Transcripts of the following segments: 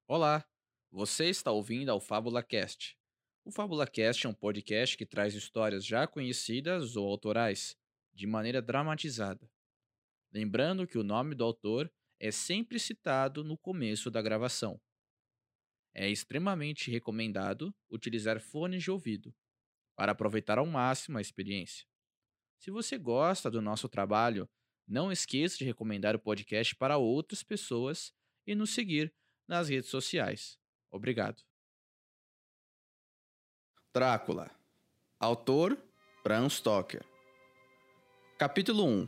Olá, você está ouvindo ao FábulaCast. O FábulaCast é um podcast que traz histórias já conhecidas ou autorais, de maneira dramatizada. Lembrando que o nome do autor é sempre citado no começo da gravação. É extremamente recomendado utilizar fones de ouvido, para aproveitar ao máximo a experiência. Se você gosta do nosso trabalho, não esqueça de recomendar o podcast para outras pessoas e nos seguir nas redes sociais. Obrigado. Drácula. Autor Bram Stoker. Capítulo 1.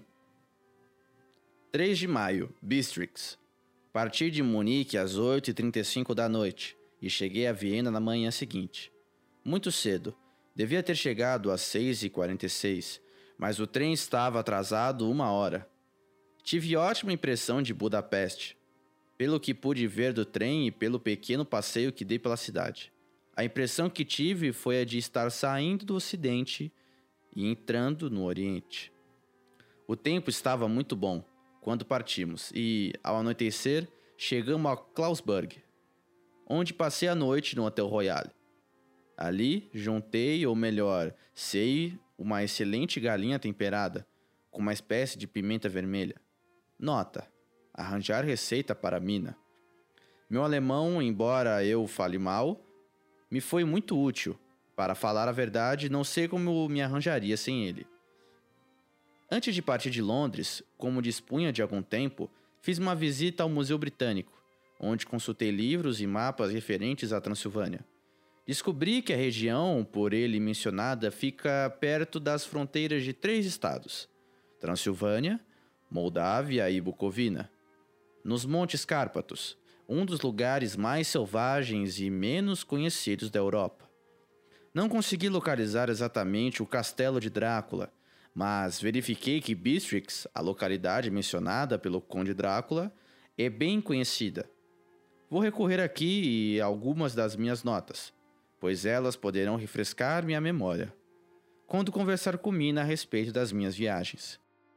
3 de maio, Bistritz. Parti de Munique às 8h35 da noite e cheguei a Viena na manhã seguinte. Muito cedo. Devia ter chegado às 6h46, mas o trem estava atrasado 1 hora. Tive ótima impressão de Budapeste, pelo que pude ver do trem e pelo pequeno passeio que dei pela cidade. A impressão que tive foi a de estar saindo do Ocidente e entrando no Oriente. O tempo estava muito bom quando partimos e, ao anoitecer, chegamos a Klausburg, onde passei a noite no Hotel Royal. Ali, juntei, ou melhor, sei, uma excelente galinha temperada, com uma espécie de pimenta vermelha. Nota: arranjar receita para a mina. Meu alemão, embora eu fale mal, me foi muito útil. Para falar a verdade, não sei como me arranjaria sem ele. Antes de partir de Londres, como dispunha de algum tempo, fiz uma visita ao Museu Britânico, onde consultei livros e mapas referentes à Transilvânia. Descobri que a região, por ele mencionada, fica perto das fronteiras de 3 estados: Transilvânia, Moldávia e Bucovina. Nos Montes Cárpatos, um dos lugares mais selvagens e menos conhecidos da Europa. Não consegui localizar exatamente o castelo de Drácula, mas verifiquei que Bistritz, a localidade mencionada pelo Conde Drácula, é bem conhecida. Vou recorrer aqui a algumas das minhas notas, pois elas poderão refrescar minha memória quando conversar com Mina a respeito das minhas viagens.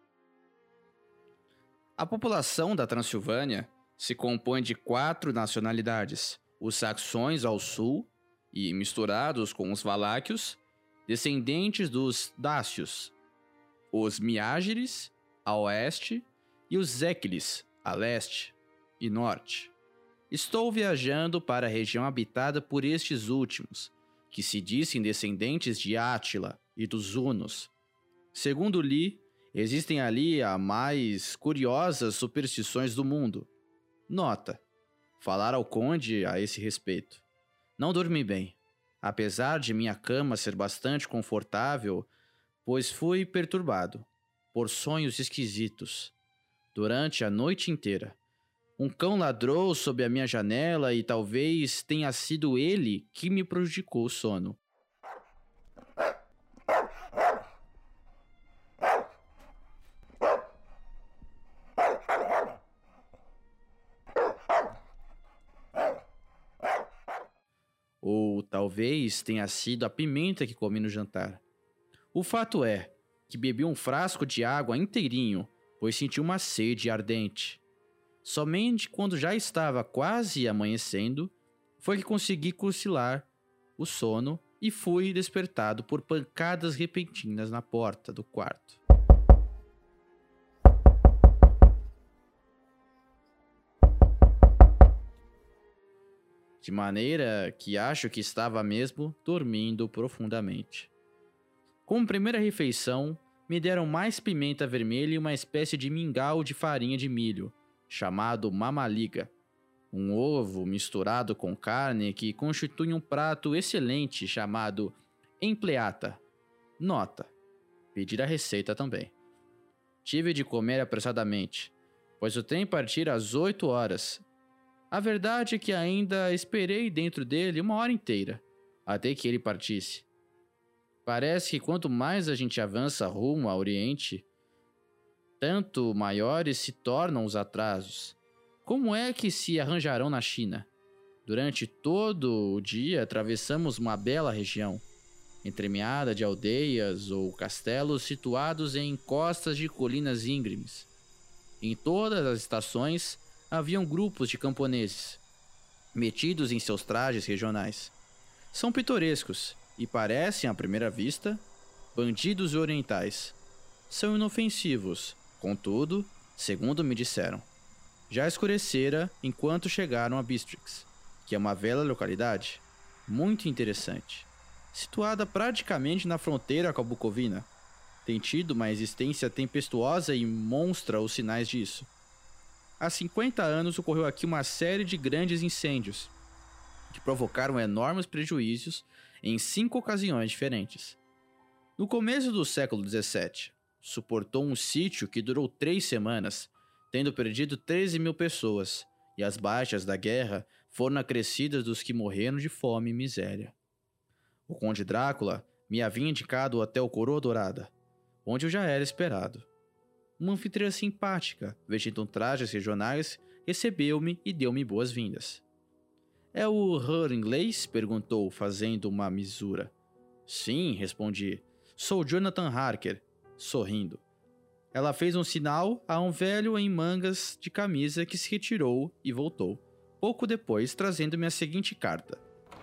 A população da Transilvânia se compõe de 4 nacionalidades: os saxões ao sul e, misturados com os valáquios, descendentes dos dácios, os miágeres a oeste e os équiles a leste e norte. Estou viajando para a região habitada por estes últimos, que se dizem descendentes de Átila e dos Hunos. Segundo li, existem ali as mais curiosas superstições do mundo. Nota: falar ao conde a esse respeito. Não dormi bem, apesar de minha cama ser bastante confortável, pois fui perturbado por sonhos esquisitos durante a noite inteira. Um cão ladrou sob a minha janela e talvez tenha sido ele que me prejudicou o sono. Ou talvez tenha sido a pimenta que comi no jantar. O fato é que bebi um frasco de água inteirinho, pois senti uma sede ardente. Somente quando já estava quase amanhecendo, foi que consegui conciliar o sono e fui despertado por pancadas repentinas na porta do quarto. De maneira que acho que estava mesmo dormindo profundamente. Como primeira refeição, me deram mais pimenta vermelha e uma espécie de mingau de farinha de milho, chamado mamaliga. Um ovo misturado com carne que constitui um prato excelente chamado empleata. Nota: pedir a receita também. Tive de comer apressadamente, pois o trem partira às 8 horas. A verdade é que ainda esperei dentro dele 1 hora inteira, até que ele partisse. Parece que quanto mais a gente avança rumo ao Oriente, tanto maiores se tornam os atrasos. Como é que se arranjarão na China? Durante todo o dia atravessamos uma bela região, entremeada de aldeias ou castelos situados em encostas de colinas íngremes. Em todas as estações haviam grupos de camponeses. metidos em seus trajes regionais. São pitorescos e parecem, à primeira vista, bandidos orientais. São inofensivos, contudo, segundo me disseram, já escurecera enquanto chegaram a Bistrix, que é uma velha localidade muito interessante, situada praticamente na fronteira com a Bucovina. Tem tido uma existência tempestuosa e mostra os sinais disso. Há 50 anos ocorreu aqui uma série de grandes incêndios, que provocaram enormes prejuízos em 5 ocasiões diferentes. No começo do século XVII, suportou um sítio que durou 3 semanas, tendo perdido 13.000 pessoas, e as baixas da guerra foram acrescidas dos que morreram de fome e miséria. O conde Drácula me havia indicado o Hotel Coroa Dourada, onde eu já era esperado. Uma anfitriã simpática, vestindo trajes regionais, recebeu-me e deu-me boas-vindas. É o Her inglês? Perguntou, fazendo uma misura. Sim, respondi. Sou Jonathan Harker, sorrindo. Ela fez um sinal a um velho em mangas de camisa que se retirou e voltou, pouco depois trazendo-me a seguinte carta.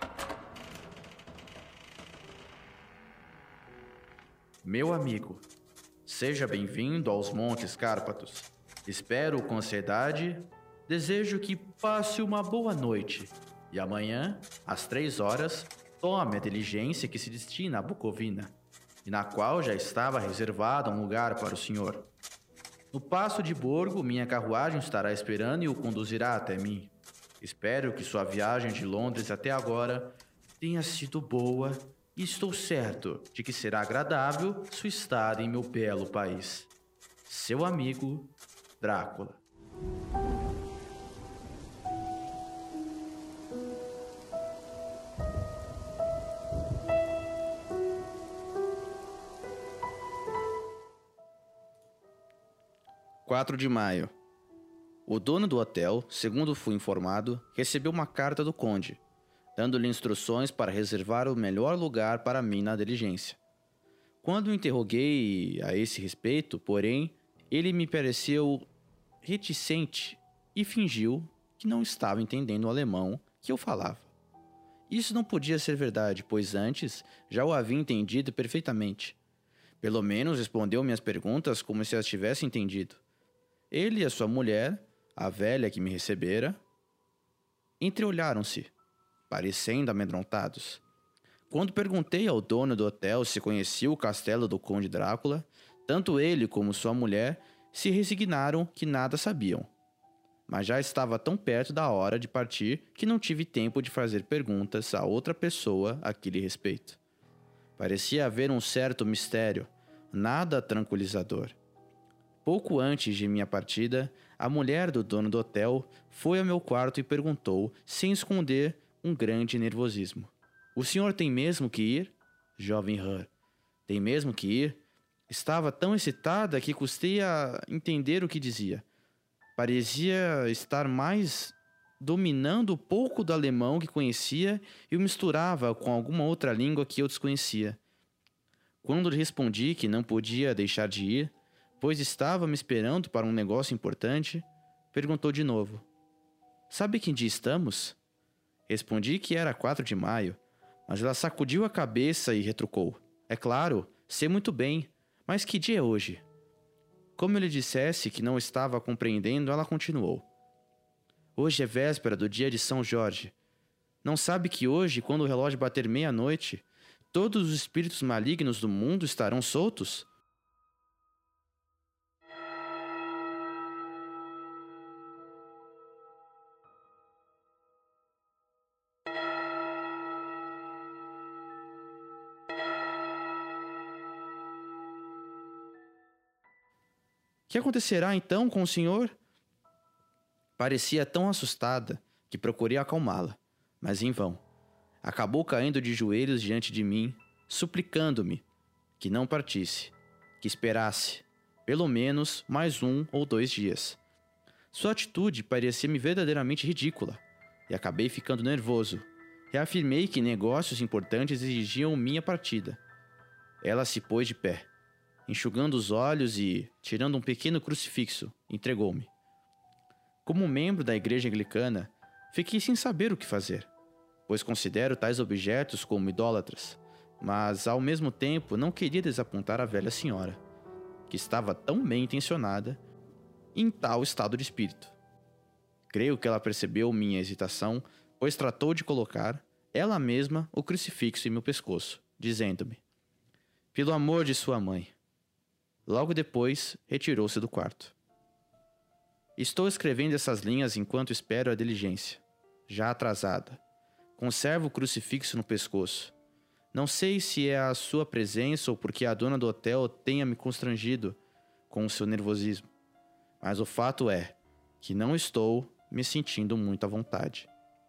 Meu amigo, seja bem-vindo aos Montes Cárpatos. Espero com ansiedade, desejo que passe uma boa noite. E amanhã, às 3 horas, tome a diligência que se destina a Bucovina, e na qual já estava reservado um lugar para o senhor. No Paço de Borgo, minha carruagem estará esperando e o conduzirá até mim. Espero que sua viagem de Londres até agora tenha sido boa e estou certo de que será agradável sua estada em meu belo país. Seu amigo, Drácula. (4 de maio). O dono do hotel, segundo fui informado, recebeu uma carta do conde, dando-lhe instruções para reservar o melhor lugar para mim na diligência. Quando o interroguei a esse respeito, porém, ele me pareceu reticente e fingiu que não estava entendendo o alemão que eu falava. Isso não podia ser verdade, pois antes já o havia entendido perfeitamente. Pelo menos respondeu minhas perguntas como se as tivesse entendido. Ele e a sua mulher, a velha que me recebera, entreolharam-se, parecendo amedrontados. Quando perguntei ao dono do hotel se conhecia o castelo do Conde Drácula, tanto ele como sua mulher se resignaram que nada sabiam. Mas já estava tão perto da hora de partir que não tive tempo de fazer perguntas a outra pessoa a aquele respeito. Parecia haver um certo mistério, nada tranquilizador. Pouco antes de minha partida, a mulher do dono do hotel foi ao meu quarto e perguntou, sem esconder um grande nervosismo. O senhor tem mesmo que ir? Jovem Her. Tem mesmo que ir? Estava tão excitada que custei a entender o que dizia. Parecia estar mais dominando o pouco do alemão que conhecia e o misturava com alguma outra língua que eu desconhecia. Quando lhe respondi que não podia deixar de ir, pois estava me esperando para um negócio importante, perguntou de novo. Sabe que dia estamos? Respondi que era 4 de maio, mas ela sacudiu a cabeça e retrucou. É claro, sei muito bem, mas que dia é hoje? Como eu lhe dissesse que não estava compreendendo, ela continuou. Hoje é véspera do dia de São Jorge. Não sabe que hoje, quando o relógio bater meia-noite, todos os espíritos malignos do mundo estarão soltos? Que acontecerá então com o senhor? Parecia tão assustada que procurei acalmá-la, mas em vão. Acabou caindo de joelhos diante de mim, suplicando-me que não partisse, que esperasse, pelo menos mais 1 ou 2 dias. Sua atitude parecia-me verdadeiramente ridícula, e acabei ficando nervoso. Reafirmei que negócios importantes exigiam minha partida. Ela se pôs de pé, enxugando os olhos e, tirando um pequeno crucifixo, entregou-me. Como membro da igreja anglicana, Fiquei sem saber o que fazer, pois considero tais objetos como idólatras, mas ao mesmo tempo não queria desapontar a velha senhora, que estava tão bem intencionada em tal estado de espírito. Creio que ela percebeu minha hesitação, pois tratou de colocar, ela mesma, o crucifixo em meu pescoço, dizendo-me: "Pelo amor de sua mãe." Logo depois, retirou-se do quarto. Estou escrevendo essas linhas enquanto espero a diligência, já atrasada. Conservo o crucifixo no pescoço. Não sei se é a sua presença ou porque a dona do hotel tenha me constrangido com o seu nervosismo, mas o fato é que não estou me sentindo muito à vontade.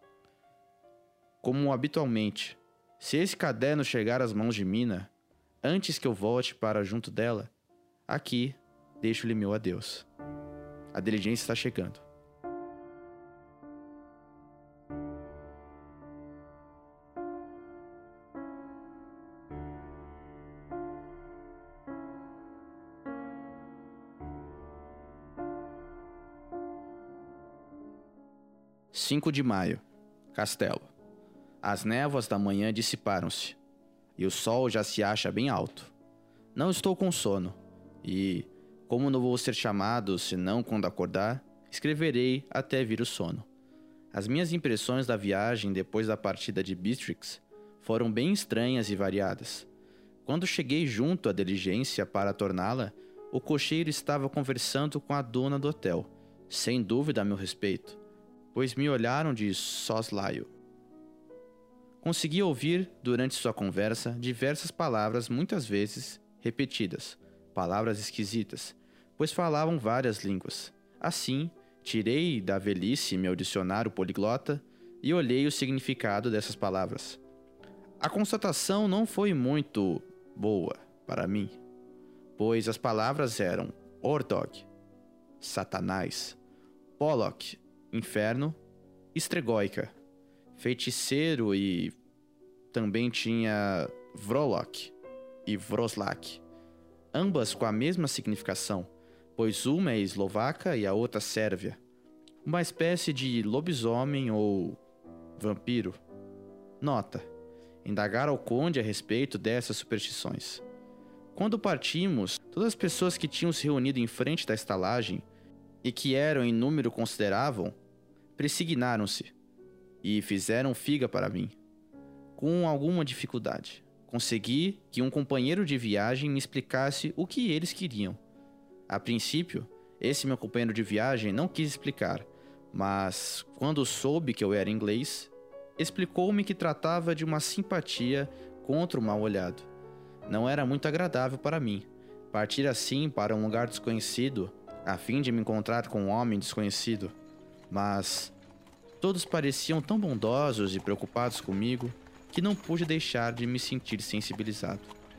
Como habitualmente, se esse caderno chegar às mãos de Mina, antes que eu volte para junto dela, aqui deixo-lhe meu adeus. A diligência está chegando. – 5 de maio. Castelo. As névoas da manhã dissiparam-se, e o sol já se acha bem alto. Não estou com sono, e, como não vou ser chamado senão quando acordar, escreverei até vir o sono. As minhas impressões da viagem depois da partida de Beatrix foram bem estranhas e variadas. Quando cheguei junto à diligência para torná-la, o cocheiro estava conversando com a dona do hotel, sem dúvida a meu respeito, pois me olharam de soslaio. Consegui ouvir, durante sua conversa, diversas palavras muitas vezes repetidas, palavras esquisitas, pois falavam várias línguas. Assim, tirei da velhice meu dicionário poliglota e olhei o significado dessas palavras. A constatação não foi muito boa para mim, pois as palavras eram Ordog, Satanás, Pollock, Inferno, Estregóica, feiticeiro, e também tinha Vrolok e Vroslak, ambas com a mesma significação, pois uma é eslovaca e a outra sérvia, uma espécie de lobisomem ou vampiro. Nota: indagar ao conde a respeito dessas superstições. Quando partimos, todas as pessoas que tinham se reunido em frente da estalagem, e que eram em número considerável, pressignaram-se e fizeram figa para mim. Com alguma dificuldade, consegui que um companheiro de viagem me explicasse o que eles queriam. A princípio, esse meu companheiro de viagem não quis explicar, mas, quando soube que eu era inglês, explicou-me que tratava de uma simpatia contra o mal-olhado. Não era muito agradável para mim partir assim para um lugar desconhecido, a fim de me encontrar com um homem desconhecido, mas todos pareciam tão bondosos e preocupados comigo que não pude deixar de me sentir sensibilizado.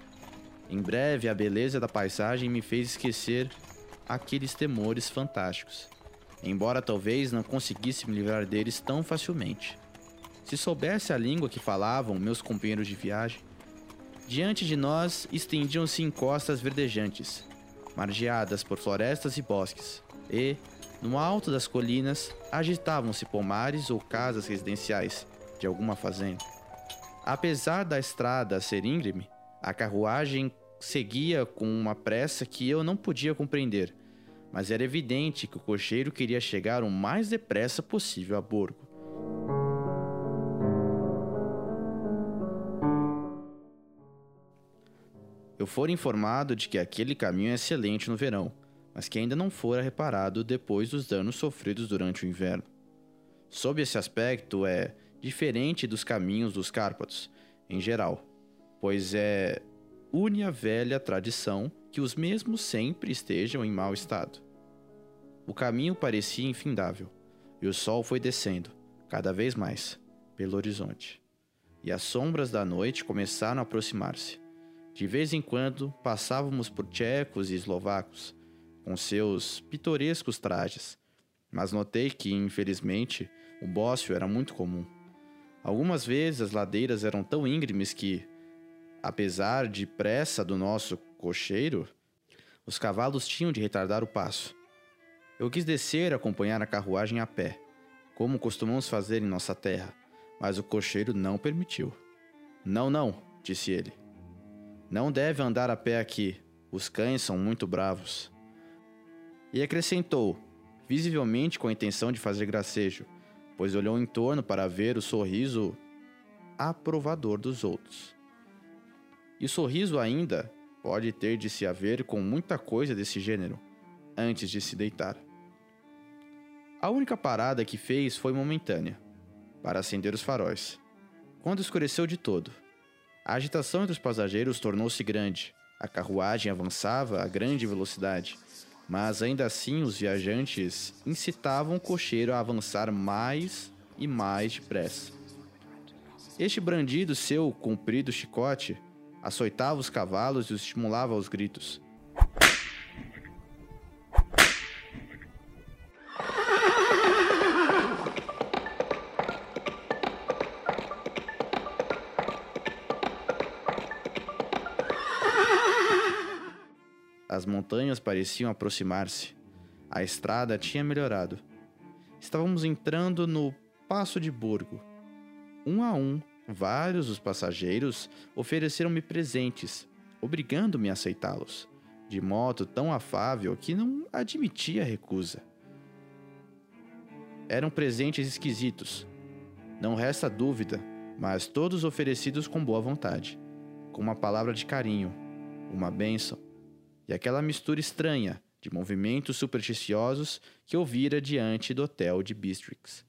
Em breve, a beleza da paisagem me fez esquecer aqueles temores fantásticos, embora talvez não conseguisse me livrar deles tão facilmente. Se soubesse a língua que falavam meus companheiros de viagem, diante de nós estendiam-se encostas verdejantes, margeadas por florestas e bosques, e, no alto das colinas, agitavam-se pomares ou casas residenciais de alguma fazenda. Apesar da estrada ser íngreme, a carruagem seguia com uma pressa que eu não podia compreender, mas era evidente que o cocheiro queria chegar o mais depressa possível a Borgo. Eu fora informado de que aquele caminho é excelente no verão, mas que ainda não fora reparado depois dos danos sofridos durante o inverno. Sob esse aspecto, é diferente dos caminhos dos Cárpatos, em geral, pois é une a velha tradição que os mesmos sempre estejam em mau estado. O caminho parecia infindável, e o sol foi descendo, cada vez mais, pelo horizonte, e as sombras da noite começaram a aproximar-se. De vez em quando, passávamos por tchecos e eslovacos, com seus pitorescos trajes, mas notei que, infelizmente, o bócio era muito comum. Algumas vezes as ladeiras eram tão íngremes que, apesar de pressa do nosso cocheiro, os cavalos tinham de retardar o passo. Eu quis descer e acompanhar a carruagem a pé, como costumamos fazer em nossa terra, mas o cocheiro não permitiu. Não, não, disse ele. Não deve andar a pé aqui, os cães são muito bravos. E acrescentou, visivelmente com a intenção de fazer gracejo, pois olhou em torno para ver o sorriso aprovador dos outros. E o sorriso ainda pode ter de se haver com muita coisa desse gênero, antes de se deitar. A única parada que fez foi momentânea, para acender os faróis. Quando escureceu de todo, a agitação entre os passageiros tornou-se grande. A carruagem avançava a grande velocidade, mas ainda assim os viajantes incitavam o cocheiro a avançar mais e mais depressa. Este brandido seu comprido chicote açoitava os cavalos e os estimulava aos gritos. As montanhas pareciam aproximar-se. A estrada tinha melhorado. Estávamos entrando no Passo de Burgo. Um a um, vários dos passageiros ofereceram-me presentes, obrigando-me a aceitá-los, de modo tão afável que não admitia recusa. Eram presentes esquisitos, não resta dúvida, mas todos oferecidos com boa vontade, com uma palavra de carinho, uma bênção, e aquela mistura estranha de movimentos supersticiosos que eu vira diante do hotel de Bistritz.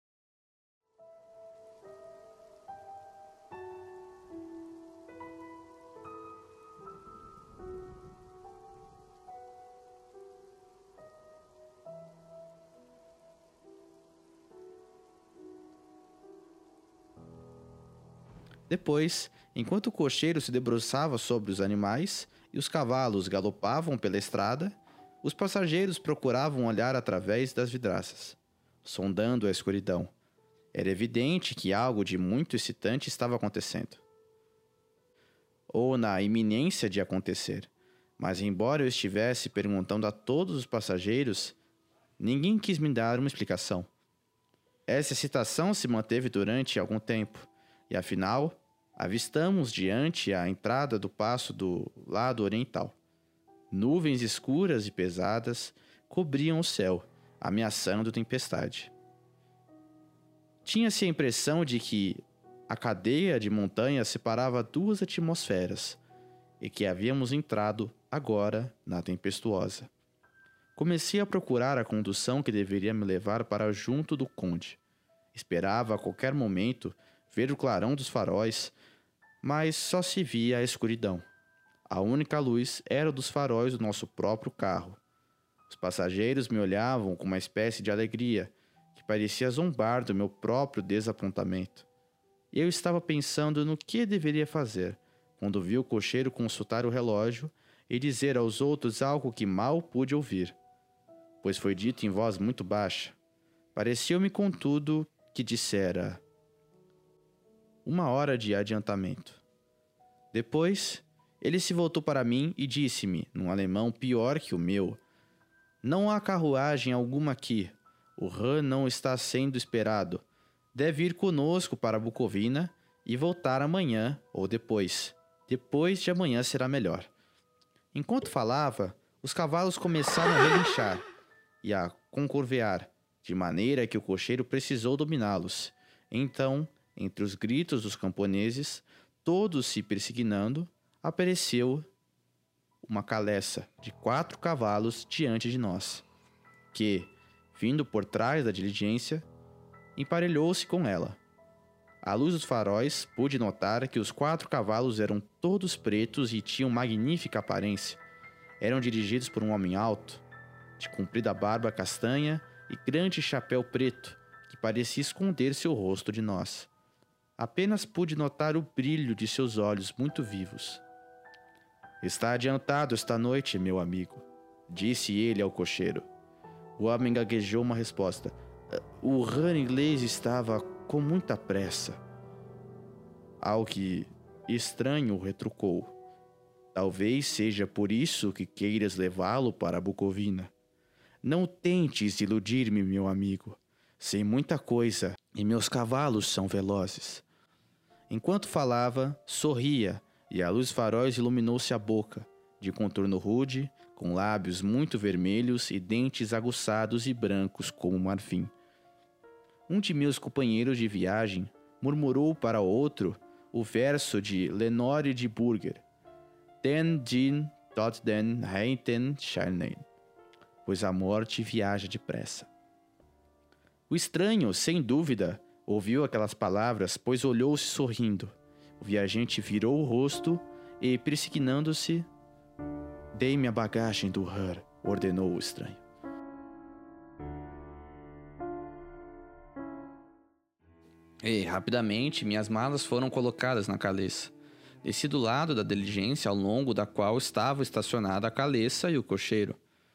Depois, enquanto o cocheiro se debruçava sobre os animais e os cavalos galopavam pela estrada, os passageiros procuravam olhar através das vidraças, sondando a escuridão. Era evidente que algo de muito excitante estava acontecendo. Ou na iminência de acontecer. Mas embora eu estivesse perguntando a todos os passageiros, ninguém quis me dar uma explicação. Essa excitação se manteve durante algum tempo, e afinal, avistamos diante a entrada do passo do lado oriental. Nuvens escuras e pesadas cobriam o céu, ameaçando tempestade. Tinha-se a impressão de que a cadeia de montanhas separava duas atmosferas e que havíamos entrado agora na tempestuosa. Comecei a procurar a condução que deveria me levar para junto do conde. Esperava a qualquer momento ver o clarão dos faróis, mas só se via a escuridão. A única luz era o dos faróis do nosso próprio carro. Os passageiros me olhavam com uma espécie de alegria, que parecia zombar do meu próprio desapontamento. E eu estava pensando no que deveria fazer, quando vi o cocheiro consultar o relógio e dizer aos outros algo que mal pude ouvir, pois foi dito em voz muito baixa. Pareceu-me, contudo, que dissera 1 hora de adiantamento. Depois, ele se voltou para mim e disse-me, num alemão pior que o meu, não há carruagem alguma aqui. O Han não está sendo esperado. Deve ir conosco para Bucovina e voltar amanhã ou depois. Depois de amanhã será melhor. Enquanto falava, os cavalos começaram a relinchar e a concurvear, de maneira que o cocheiro precisou dominá-los. Então, entre os gritos dos camponeses, todos se persignando, apareceu uma caleça de 4 cavalos diante de nós, que, vindo por trás da diligência, emparelhou-se com ela. À luz dos faróis, pude notar que os 4 cavalos eram todos pretos e tinham magnífica aparência. Eram dirigidos por um homem alto, de comprida barba castanha e grande chapéu preto, que parecia esconder seu rosto de nós. Apenas pude notar o brilho de seus olhos muito vivos. Está adiantado esta noite, meu amigo, disse ele ao cocheiro. O homem gaguejou uma resposta. O Han inglês estava com muita pressa. Ao que estranho retrucou. Talvez seja por isso que queiras levá-lo para Bucovina. Não tentes iludir-me, meu amigo. sei muita coisa e meus cavalos são velozes. Enquanto falava, sorria e a luz faróis iluminou-se a boca, de contorno rude, com lábios muito vermelhos e dentes aguçados e brancos como marfim. Um de meus companheiros de viagem murmurou para outro o verso de Lenore de Burger, Den Din tot den Heiten Schnellen, pois a morte viaja depressa. O estranho, sem dúvida, ouviu aquelas palavras, pois olhou-se sorrindo. O viajante virou o rosto e, persignando-se, "Dei-me a bagagem do Her", ordenou o estranho. E, rapidamente, minhas malas foram colocadas na caleça. Desci do lado da diligência ao longo da qual estava estacionada a caleça e o cocheiro.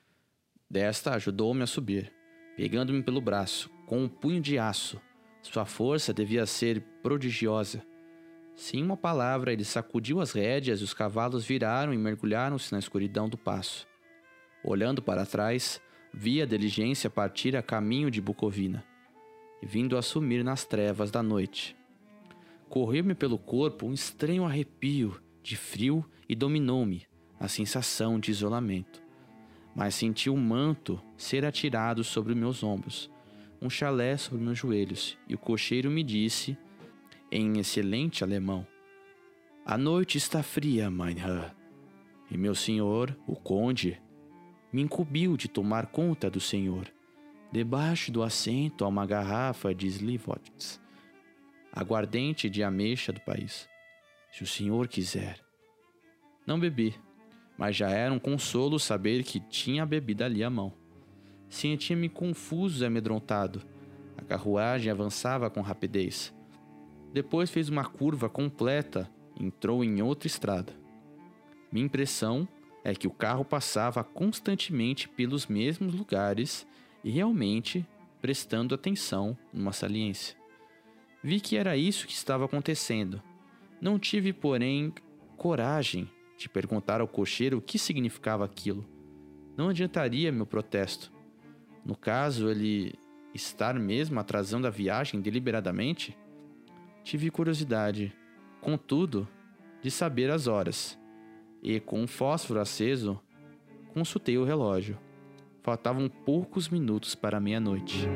Desta ajudou-me a subir, pegando-me pelo braço, com um punho de aço. Sua força devia ser prodigiosa. Sem uma palavra, ele sacudiu as rédeas e os cavalos viraram e mergulharam-se na escuridão do passo. Olhando para trás, vi a diligência partir a caminho de Bucovina, e vindo a sumir nas trevas da noite. Correu-me pelo corpo um estranho arrepio de frio e dominou-me a sensação de isolamento. Mas senti um manto ser atirado sobre meus ombros, um chalé sobre meus joelhos, e o cocheiro me disse, em excelente alemão: "A noite está fria, mein Herr, e meu senhor, o conde, me incumbiu de tomar conta do senhor. Debaixo do assento há uma garrafa de Slivovitz, aguardente de ameixa do país, se o senhor quiser." Não bebi, mas já era um consolo saber que tinha a bebida ali à mão. Sentia-me confuso e amedrontado. A carruagem avançava com rapidez. Depois fez uma curva completa e entrou em outra estrada. Minha impressão é que o carro passava constantemente pelos mesmos lugares e realmente prestando atenção numa saliência. Vi que era isso que estava acontecendo. Não tive, porém, coragem de perguntar ao cocheiro o que significava aquilo. Não adiantaria meu protesto. No caso, ele estar mesmo atrasando a viagem deliberadamente? Tive curiosidade, contudo, de saber as horas, e com um fósforo aceso, consultei o relógio. Faltavam poucos minutos para meia-noite.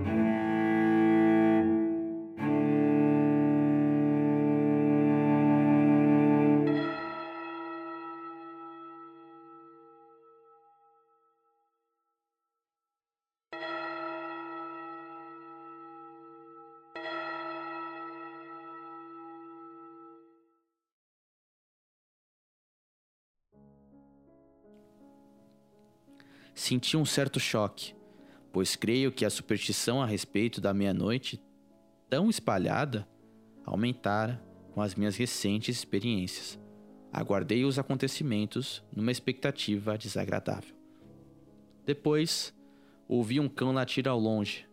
Senti um certo choque, pois creio que a superstição a respeito da meia-noite, tão espalhada, aumentara com as minhas recentes experiências. Aguardei os acontecimentos numa expectativa desagradável. Depois, ouvi um cão latir ao longe.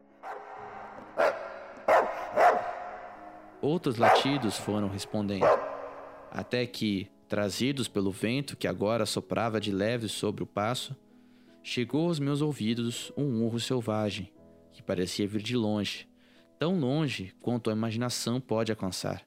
Outros latidos foram respondendo, até que, trazidos pelo vento que agora soprava de leve sobre o passo, chegou aos meus ouvidos um urro selvagem, que parecia vir de longe, tão longe quanto a imaginação pode alcançar.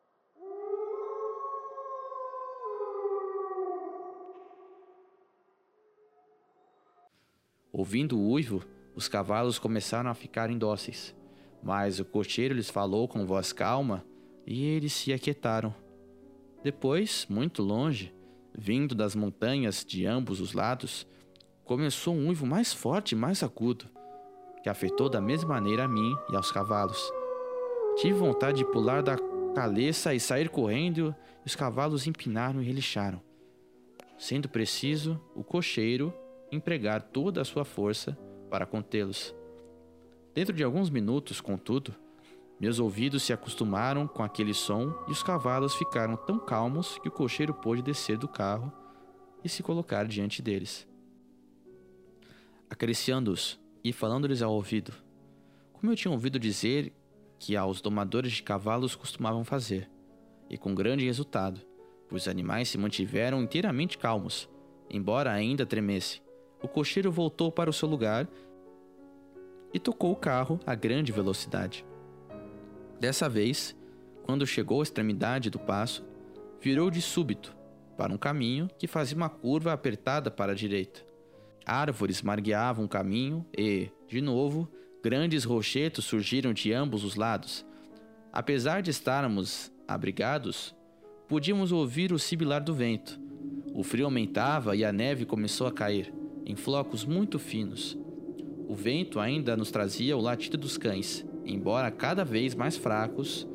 Ouvindo o uivo, os cavalos começaram a ficar indóceis, mas o cocheiro lhes falou com voz calma e eles se aquietaram. Depois, muito longe, vindo das montanhas de ambos os lados, começou um uivo mais forte e mais agudo, que afetou da mesma maneira a mim e aos cavalos. Tive vontade de pular da caleça e sair correndo, e os cavalos empinaram e relincharam. Sendo preciso, o cocheiro empregar toda a sua força para contê-los. Dentro de alguns minutos, contudo, meus ouvidos se acostumaram com aquele som e os cavalos ficaram tão calmos que o cocheiro pôde descer do carro e se colocar diante deles, acariciando-os e falando-lhes ao ouvido, como eu tinha ouvido dizer que aos domadores de cavalos costumavam fazer, e com grande resultado, pois os animais se mantiveram inteiramente calmos, embora ainda tremessem. O cocheiro voltou para o seu lugar e tocou o carro a grande velocidade. Dessa vez, quando chegou à extremidade do passo, virou de súbito para um caminho que fazia uma curva apertada para a direita. Árvores margeavam o caminho e, de novo, grandes rochedos surgiram de ambos os lados. Apesar de estarmos abrigados, podíamos ouvir o sibilar do vento. O frio aumentava e a neve começou a cair, em flocos muito finos. O vento ainda nos trazia o latido dos cães, embora cada vez mais fracos.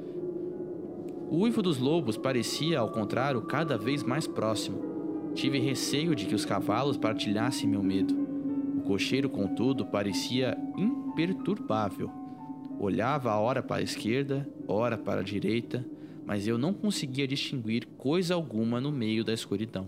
O uivo dos lobos parecia, ao contrário, cada vez mais próximo. Tive receio de que os cavalos partilhassem meu medo. O cocheiro, contudo, parecia imperturbável. Olhava ora para a esquerda, ora para a direita, mas eu não conseguia distinguir coisa alguma no meio da escuridão.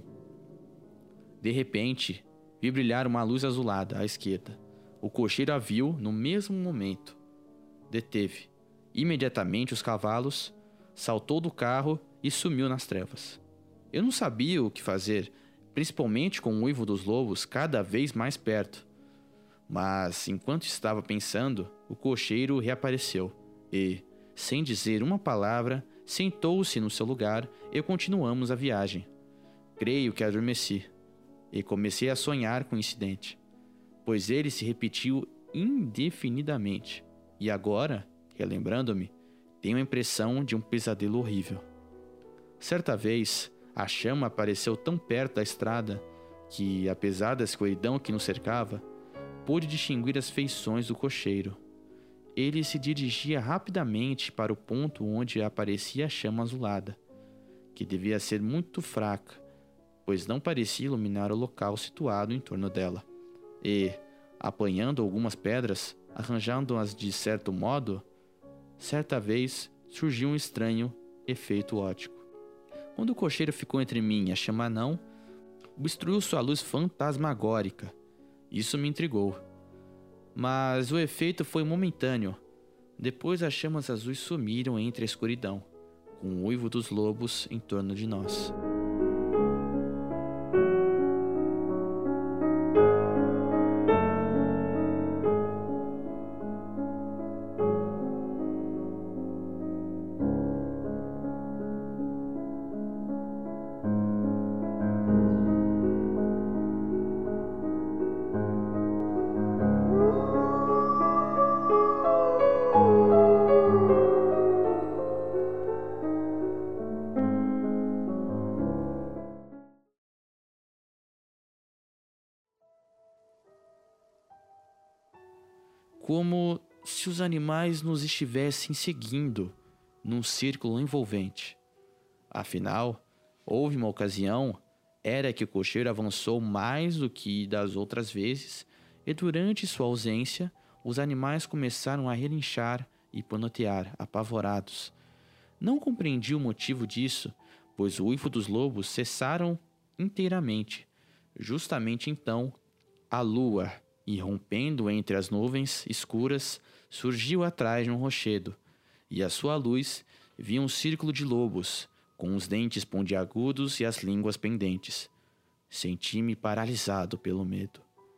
De repente, vi brilhar uma luz azulada à esquerda. O cocheiro a viu no mesmo momento. Deteve. Imediatamente os cavalos, saltou do carro e sumiu nas trevas. Eu não sabia o que fazer, principalmente com o uivo dos lobos cada vez mais perto. Mas, enquanto estava pensando, o cocheiro reapareceu e, sem dizer uma palavra, sentou-se no seu lugar e continuamos a viagem. Creio que adormeci e comecei a sonhar com o incidente, pois ele se repetiu indefinidamente. E agora, relembrando-me, tenho a impressão de um pesadelo horrível. Certa vez, a chama apareceu tão perto da estrada que, apesar da escuridão que nos cercava, pude distinguir as feições do cocheiro. Ele se dirigia rapidamente para o ponto onde aparecia a chama azulada, que devia ser muito fraca, pois não parecia iluminar o local situado em torno dela. E, apanhando algumas pedras, arranjando-as de certo modo, certa vez surgiu um estranho efeito óptico. Quando o cocheiro ficou entre mim e a chama não, obstruiu sua luz fantasmagórica. Isso me intrigou. Mas o efeito foi momentâneo. Depois as chamas azuis sumiram entre a escuridão, com o uivo dos lobos em torno de nós. Como se os animais nos estivessem seguindo num círculo envolvente. Afinal, houve uma ocasião, era que o cocheiro avançou mais do que das outras vezes, e durante sua ausência, os animais começaram a relinchar e panotear, apavorados. Não compreendi o motivo disso, pois o uivo dos lobos cessaram inteiramente. Justamente então, a lua, irrompendo entre as nuvens escuras, surgiu atrás de um rochedo, e à sua luz vi um círculo de lobos, com os dentes pontiagudos e as línguas pendentes. Senti-me paralisado pelo medo.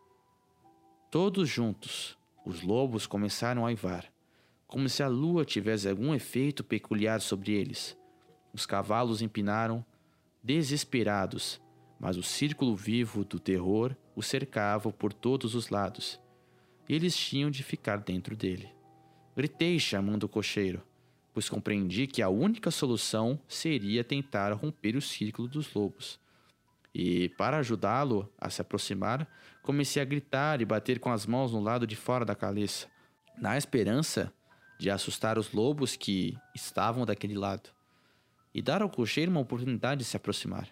Todos juntos, os lobos começaram a uivar, como se a lua tivesse algum efeito peculiar sobre eles. Os cavalos empinaram, desesperados, mas o círculo vivo do terror os cercava por todos os lados, e eles tinham de ficar dentro dele. Gritei chamando o cocheiro, pois compreendi que a única solução seria tentar romper o círculo dos lobos. E, para ajudá-lo a se aproximar, comecei a gritar e bater com as mãos no lado de fora da caleça, na esperança de assustar os lobos que estavam daquele lado, e dar ao cocheiro uma oportunidade de se aproximar.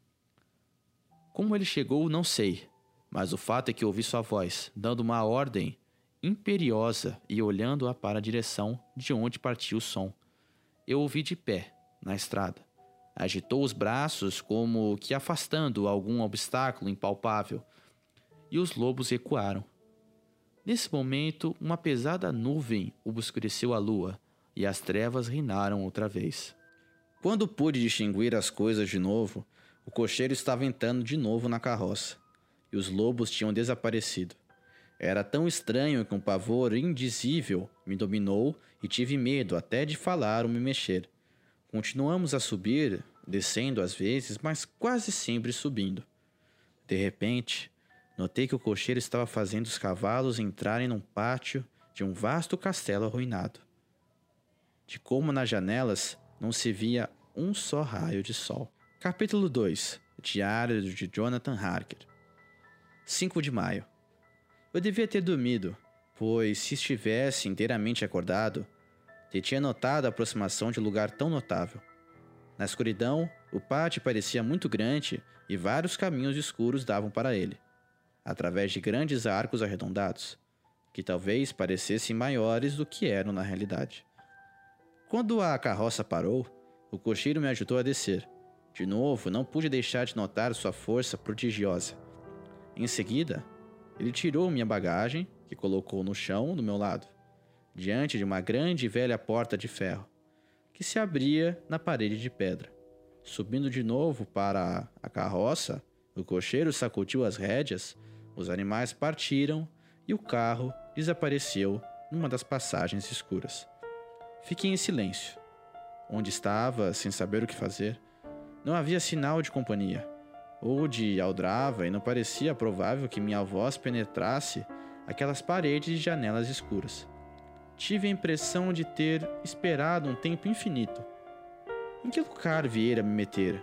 Como ele chegou, não sei, mas o fato é que ouvi sua voz, dando uma ordem imperiosa e olhando-a para a direção de onde partia o som. Eu ouvi de pé, na estrada. Agitou os braços como que afastando algum obstáculo impalpável, e os lobos recuaram. Nesse momento, uma pesada nuvem obscureceu a lua, e as trevas reinaram outra vez. Quando pude distinguir as coisas de novo, o cocheiro estava entrando de novo na carroça, e os lobos tinham desaparecido. Era tão estranho que um pavor indizível me dominou e tive medo até de falar ou me mexer. Continuamos a subir, descendo às vezes, mas quase sempre subindo. De repente, notei que o cocheiro estava fazendo os cavalos entrarem num pátio de um vasto castelo arruinado. De como nas janelas não se via um só raio de sol. Capítulo 2. Diário de Jonathan Harker. 5 de maio. Eu devia ter dormido, pois se estivesse inteiramente acordado, tinha notado a aproximação de um lugar tão notável. Na escuridão, o pátio parecia muito grande e vários caminhos escuros davam para ele, através de grandes arcos arredondados, que talvez parecessem maiores do que eram na realidade. Quando a carroça parou, o cocheiro me ajudou a descer. De novo, não pude deixar de notar sua força prodigiosa. Em seguida, ele tirou minha bagagem, que colocou no chão do meu lado, diante de uma grande e velha porta de ferro, que se abria na parede de pedra. Subindo de novo para a carroça, o cocheiro sacudiu as rédeas, os animais partiram e o carro desapareceu numa das passagens escuras. Fiquei em silêncio. Onde estava, sem saber o que fazer, não havia sinal de companhia ou de aldrava e não parecia provável que minha voz penetrasse aquelas paredes e janelas escuras. Tive a impressão de ter esperado um tempo infinito. Em que lugar viera me meter?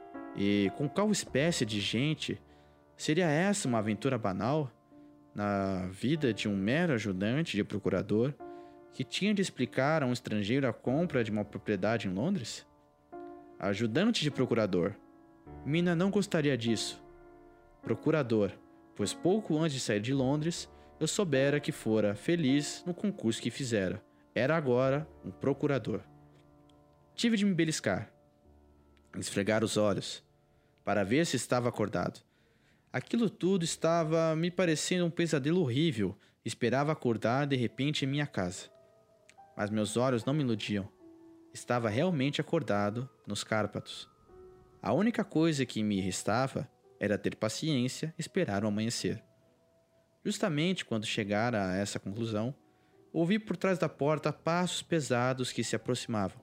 E com qual espécie de gente? Seria essa uma aventura banal? Na vida de um mero ajudante de procurador que tinha de explicar a um estrangeiro a compra de uma propriedade em Londres? Ajudante de procurador. Mina não gostaria disso. Procurador, pois pouco antes de sair de Londres, eu soubera que fora feliz no concurso que fizera. Era agora um procurador. Tive de me beliscar, esfregar os olhos, para ver se estava acordado. Aquilo tudo estava me parecendo um pesadelo horrível. Esperava acordar de repente em minha casa. Mas meus olhos não me iludiam. Estava realmente acordado nos Cárpatos. A única coisa que me restava era ter paciência e esperar o amanhecer. Justamente quando chegara a essa conclusão, ouvi por trás da porta passos pesados que se aproximavam.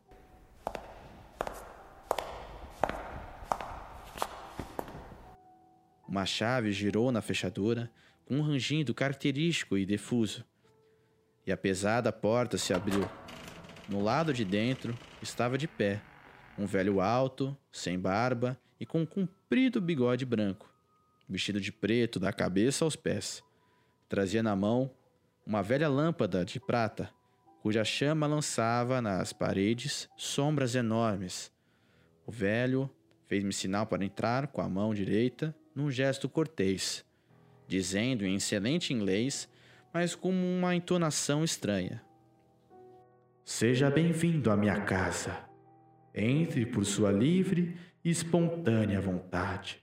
Uma chave girou na fechadura com um rangido característico e difuso, e a pesada porta se abriu. No lado de dentro estava de pé um velho alto, sem barba e com um comprido bigode branco, vestido de preto da cabeça aos pés. Trazia na mão uma velha lâmpada de prata, cuja chama lançava nas paredes sombras enormes. O velho fez-me sinal para entrar com a mão direita num gesto cortês, dizendo em excelente inglês, mas com uma entonação estranha: "Seja bem-vindo à minha casa. Entre por sua livre e espontânea vontade."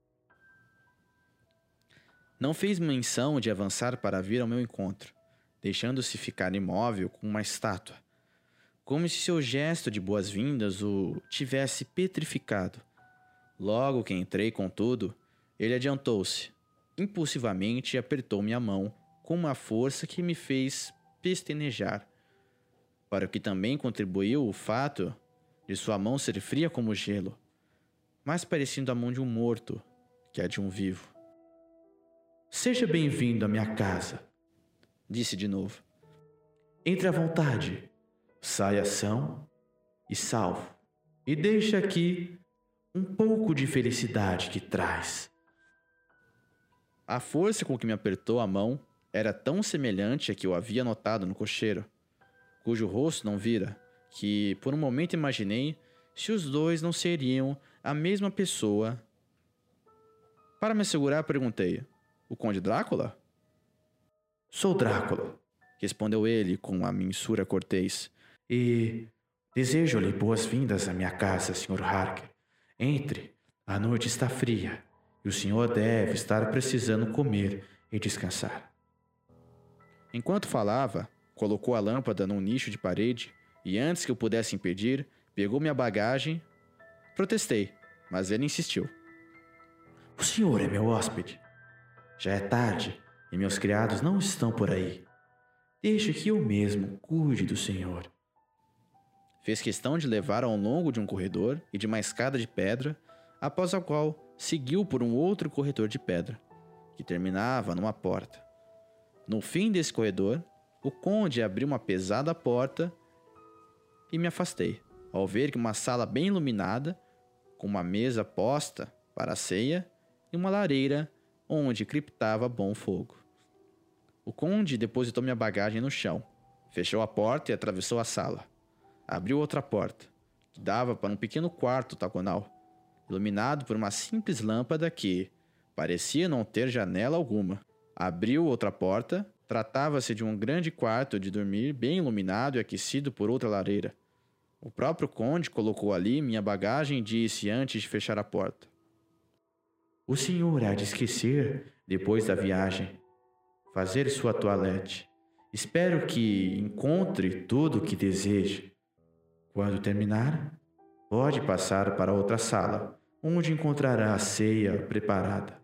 Não fez menção de avançar para vir ao meu encontro, deixando-se ficar imóvel como uma estátua, como se seu gesto de boas-vindas o tivesse petrificado. Logo que entrei, contudo, ele adiantou-se, impulsivamente, e apertou minha mão com uma força que me fez pestanejar, para o que também contribuiu o fato de sua mão ser fria como gelo, mais parecendo a mão de um morto que a de um vivo. "Seja bem-vindo à minha casa", disse de novo. "Entre à vontade, saia são e salvo, e deixe aqui um pouco de felicidade que traz." A força com que me apertou a mão era tão semelhante à que eu havia notado no cocheiro, cujo rosto não vira, que por um momento imaginei se os dois não seriam a mesma pessoa. Para me assegurar, perguntei: "O Conde Drácula?" "Sou Drácula", respondeu ele com uma mensura cortês, "e desejo-lhe boas-vindas à minha casa, Sr. Harker. Entre, a noite está fria e o senhor deve estar precisando comer e descansar." Enquanto falava, colocou a lâmpada num nicho de parede e, antes que eu pudesse impedir, pegou minha bagagem. Protestei, mas ele insistiu: "O senhor é meu hóspede. Já é tarde e meus criados não estão por aí. Deixe que eu mesmo cuide do senhor. Fez questão de levar ao longo de um corredor e de uma escada de pedra, após a qual seguiu por um outro corredor de pedra, que terminava numa porta. No fim desse corredor, o conde abriu uma pesada porta e me afastei, ao ver que uma sala bem iluminada, com uma mesa posta para a ceia e uma lareira onde criptava bom fogo. O conde depositou minha bagagem no chão, fechou a porta e atravessou a sala. Abriu outra porta, que dava para um pequeno quarto octagonal, iluminado por uma simples lâmpada que parecia não ter janela alguma. Abriu outra porta, tratava-se de um grande quarto de dormir bem iluminado e aquecido por outra lareira. O próprio conde colocou ali minha bagagem e disse antes de fechar a porta: O senhor há de esquecer, depois da viagem, fazer sua toilette. Espero que encontre tudo o que deseja. Quando terminar, pode passar para outra sala, onde encontrará a ceia preparada.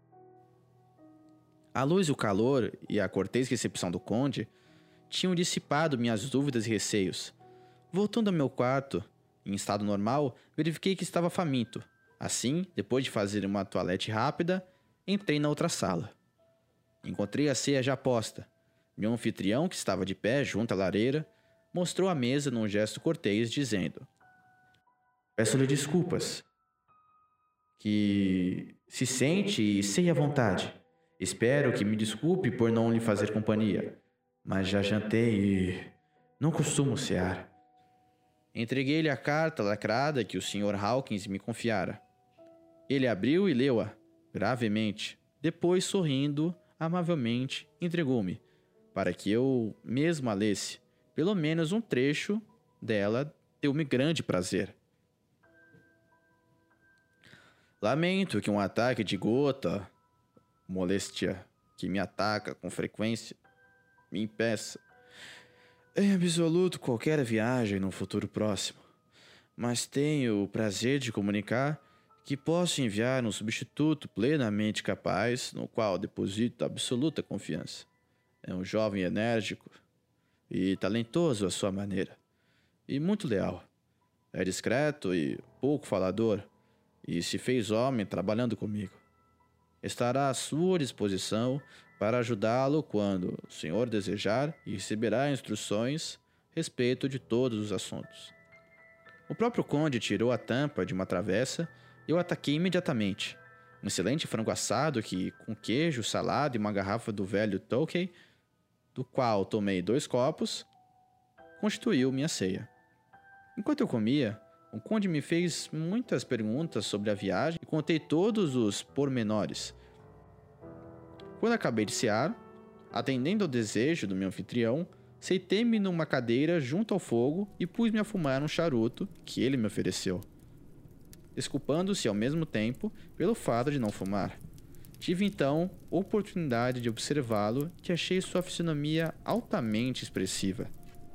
A luz, o calor e a cortês recepção do conde tinham dissipado minhas dúvidas e receios. Voltando ao meu quarto, em estado normal, verifiquei que estava faminto. Assim, depois de fazer uma toilette rápida, entrei na outra sala. Encontrei a ceia já posta. Meu anfitrião, que estava de pé junto à lareira, mostrou a mesa num gesto cortês, dizendo: Peço-lhe desculpas. Que se sente e ceie à vontade. Espero que me desculpe por não lhe fazer companhia, mas já jantei e não costumo cear. Entreguei-lhe a carta lacrada que o Sr. Hawkins me confiara. Ele abriu e leu-a, gravemente. Depois, sorrindo, amavelmente, entregou-me, para que eu mesmo a lesse. Pelo menos um trecho dela deu-me grande prazer. Lamento que um ataque de gota, moléstia que me ataca com frequência, me impeça em absoluto qualquer viagem no futuro próximo, mas tenho o prazer de comunicar que posso enviar um substituto plenamente capaz, no qual deposito absoluta confiança. É um jovem enérgico e talentoso à sua maneira, e muito leal. É discreto e pouco falador, e se fez homem trabalhando comigo. Estará à sua disposição para ajudá-lo quando o senhor desejar e receberá instruções a respeito de todos os assuntos. O próprio conde tirou a tampa de uma travessa e eu ataquei imediatamente. Um excelente frango assado que, com queijo, salada e uma garrafa do velho Tokay, do qual tomei 2 copos, constituiu minha ceia. Enquanto eu comia, o conde me fez muitas perguntas sobre a viagem e contei todos os pormenores. Quando acabei de cear, atendendo ao desejo do meu anfitrião, sentei-me numa cadeira junto ao fogo e pus-me a fumar um charuto que ele me ofereceu, desculpando-se ao mesmo tempo pelo fato de não fumar. Tive então oportunidade de observá-lo, que achei sua fisionomia altamente expressiva.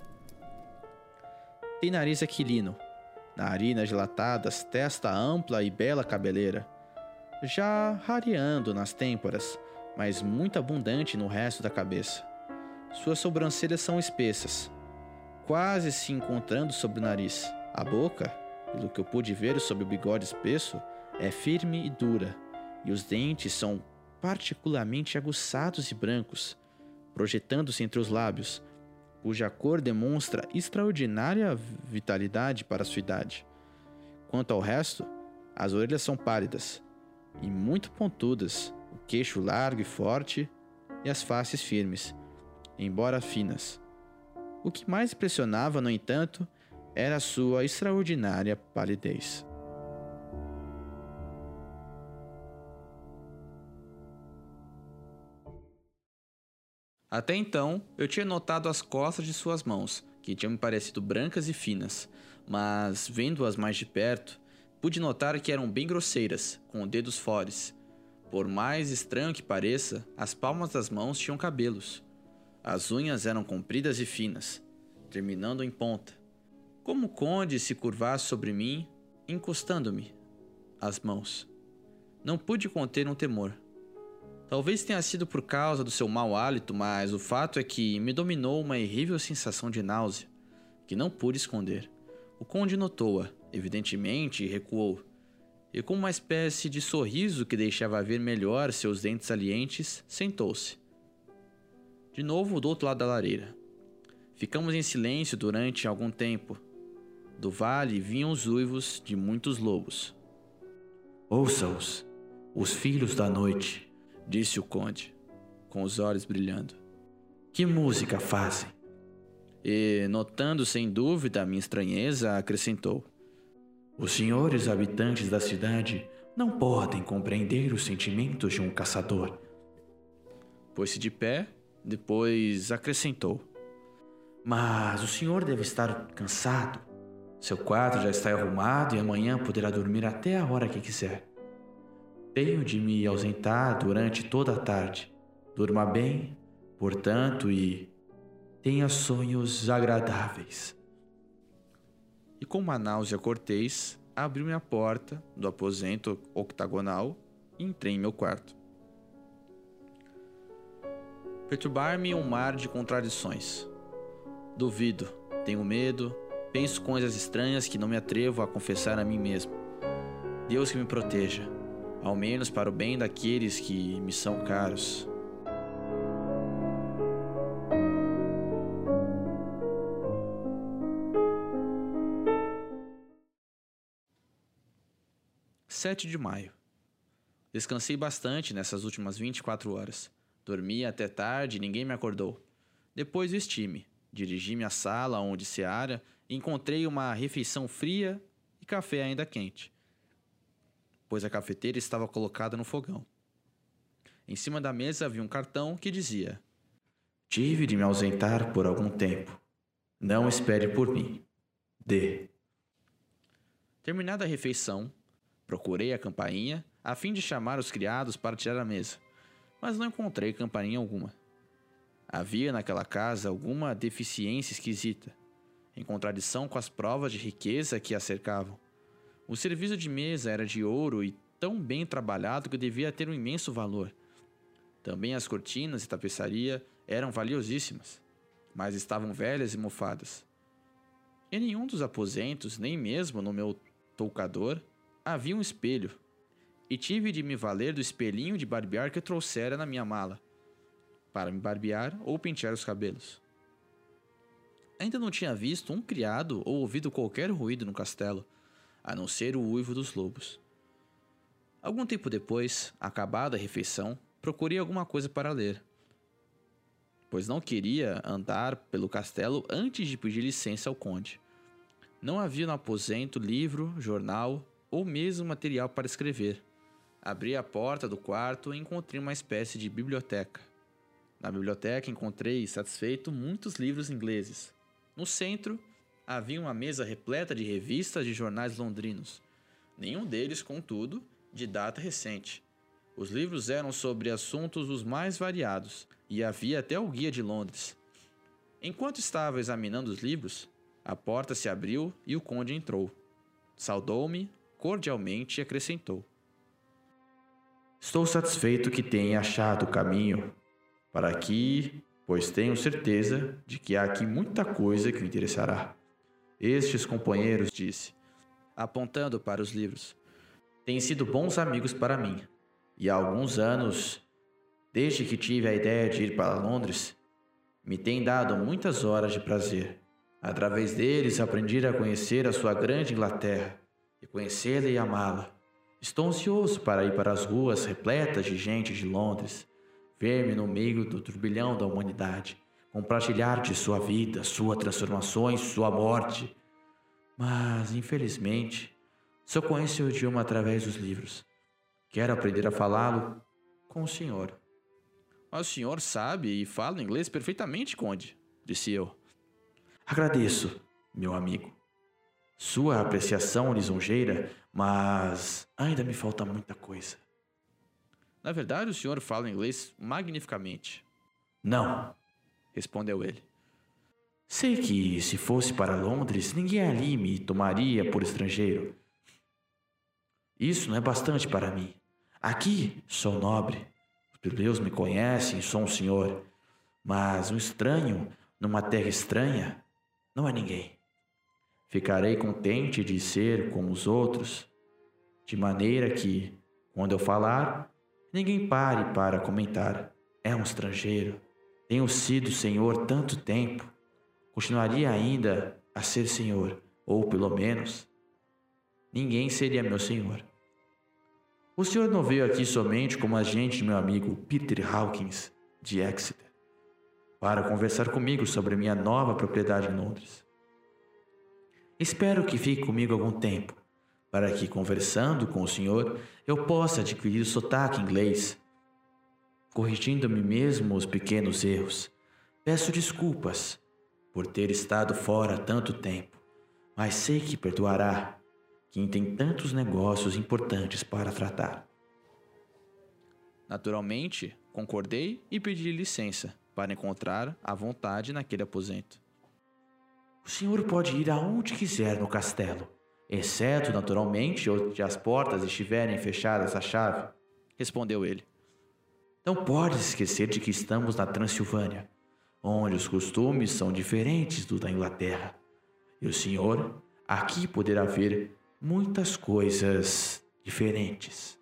Tem nariz aquilino, narinas dilatadas, testa ampla e bela cabeleira, já rareando nas têmporas, mas muito abundante no resto da cabeça. Suas sobrancelhas são espessas, quase se encontrando sobre o nariz. A boca, pelo que eu pude ver sob o bigode espesso, é firme e dura, e os dentes são particularmente aguçados e brancos, projetando-se entre os lábios, cuja cor demonstra extraordinária vitalidade para a sua idade. Quanto ao resto, as orelhas são pálidas e muito pontudas, o queixo largo e forte e as faces firmes, embora finas. O que mais impressionava, no entanto, era a sua extraordinária palidez. Até então, eu tinha notado as costas de suas mãos, que tinham me parecido brancas e finas, mas, vendo-as mais de perto, pude notar que eram bem grosseiras, com dedos fores. Por mais estranho que pareça, as palmas das mãos tinham cabelos. As unhas eram compridas e finas, terminando em ponta. Como o conde se curvasse sobre mim, encostando-me as mãos. Não pude conter um temor. Talvez tenha sido por causa do seu mau hálito, mas o fato é que me dominou uma terrível sensação de náusea, que não pude esconder. O conde notou-a, evidentemente, e recuou. E com uma espécie de sorriso que deixava ver melhor seus dentes salientes, sentou-se. De novo do outro lado da lareira. Ficamos em silêncio durante algum tempo. Do vale vinham os uivos de muitos lobos. Ouça-os, os filhos da noite, disse o conde, com os olhos brilhando. Que música fazem? E, notando sem dúvida a minha estranheza, acrescentou. Os senhores habitantes da cidade não podem compreender os sentimentos de um caçador. Pôs-se de pé, depois acrescentou. Mas o senhor deve estar cansado. Seu quarto já está arrumado e amanhã poderá dormir até a hora que quiser. Tenho de me ausentar durante toda a tarde. Durma bem, portanto, e tenha sonhos agradáveis. E com uma náusea cortês, abriu-me a porta do aposento octagonal e entrei em meu quarto. Perturbar-me um mar de contradições. Duvido, tenho medo, penso coisas estranhas que não me atrevo a confessar a mim mesmo. Deus que me proteja, ao menos para o bem daqueles que me são caros. (7 de maio). Descansei bastante nessas últimas 24 horas. Dormi até tarde e ninguém me acordou. Depois vesti-me, dirigi-me à sala onde ceara e encontrei uma refeição fria e café ainda quente, pois a cafeteira estava colocada no fogão. Em cima da mesa havia um cartão que dizia: Tive de me ausentar por algum tempo. Não espere por mim. D. Terminada a refeição, procurei a campainha a fim de chamar os criados para tirar a mesa, mas não encontrei campainha alguma. Havia naquela casa alguma deficiência esquisita, em contradição com as provas de riqueza que a cercavam. O serviço de mesa era de ouro e tão bem trabalhado que devia ter um imenso valor. Também as cortinas e tapeçaria eram valiosíssimas, mas estavam velhas e mofadas. Em nenhum dos aposentos, nem mesmo no meu toucador, havia um espelho, e tive de me valer do espelhinho de barbear que trouxera na minha mala, para me barbear ou pentear os cabelos. Ainda não tinha visto um criado ou ouvido qualquer ruído no castelo, a não ser o uivo dos lobos. Algum tempo depois, acabada a refeição, procurei alguma coisa para ler, pois não queria andar pelo castelo antes de pedir licença ao conde. Não havia no aposento livro, jornal ou mesmo material para escrever. Abri a porta do quarto e encontrei uma espécie de biblioteca. Na biblioteca encontrei, satisfeito, muitos livros ingleses. No centro, havia uma mesa repleta de revistas de jornais londrinos. Nenhum deles, contudo, de data recente. Os livros eram sobre assuntos os mais variados, e havia até o Guia de Londres. Enquanto estava examinando os livros, a porta se abriu e o conde entrou. Saudou-me cordialmente e acrescentou: Estou satisfeito que tenha achado o caminho para aqui, pois tenho certeza de que há aqui muita coisa que o interessará. Estes companheiros, disse, apontando para os livros, têm sido bons amigos para mim, e há alguns anos, desde que tive a ideia de ir para Londres, me têm dado muitas horas de prazer. Através deles aprendi a conhecer a sua grande Inglaterra, e conhecê-la e amá-la. Estou ansioso para ir para as ruas repletas de gente de Londres, ver-me no meio do turbilhão da humanidade, compartilhar de sua vida, suas transformações, sua morte. Mas, infelizmente, só conheço o idioma através dos livros. Quero aprender a falá-lo com o senhor. O senhor sabe e fala inglês perfeitamente, conde, disse eu. Agradeço, meu amigo. Sua apreciação lisonjeira, mas ainda me falta muita coisa. Na verdade, o senhor fala inglês magnificamente. Não, respondeu ele. Sei que, se fosse para Londres, ninguém ali me tomaria por estrangeiro. Isso não é bastante para mim. Aqui sou nobre. plebeus me conhecem e sou um senhor, mas um estranho numa terra estranha não é ninguém. Ficarei contente de ser como os outros, de maneira que, quando eu falar, ninguém pare para comentar. É um estrangeiro. Tenho sido senhor tanto tempo. Continuaria ainda a ser senhor, ou pelo menos, ninguém seria meu senhor. O senhor não veio aqui somente como agente de meu amigo Peter Hawkins, de Exeter, para conversar comigo sobre minha nova propriedade em Londres. Espero que fique comigo algum tempo, para que, conversando com o senhor, eu possa adquirir o sotaque inglês, corrigindo-me mesmo os pequenos erros. Peço desculpas por ter estado fora tanto tempo, mas sei que perdoará quem tem tantos negócios importantes para tratar. Naturalmente, concordei e pedi licença para encontrar à vontade naquele aposento. O senhor pode ir aonde quiser no castelo, exceto, naturalmente, onde as portas estiverem fechadas à chave, respondeu ele. Não pode esquecer de que estamos na Transilvânia, onde os costumes são diferentes dos da Inglaterra. E o senhor aqui poderá ver muitas coisas diferentes.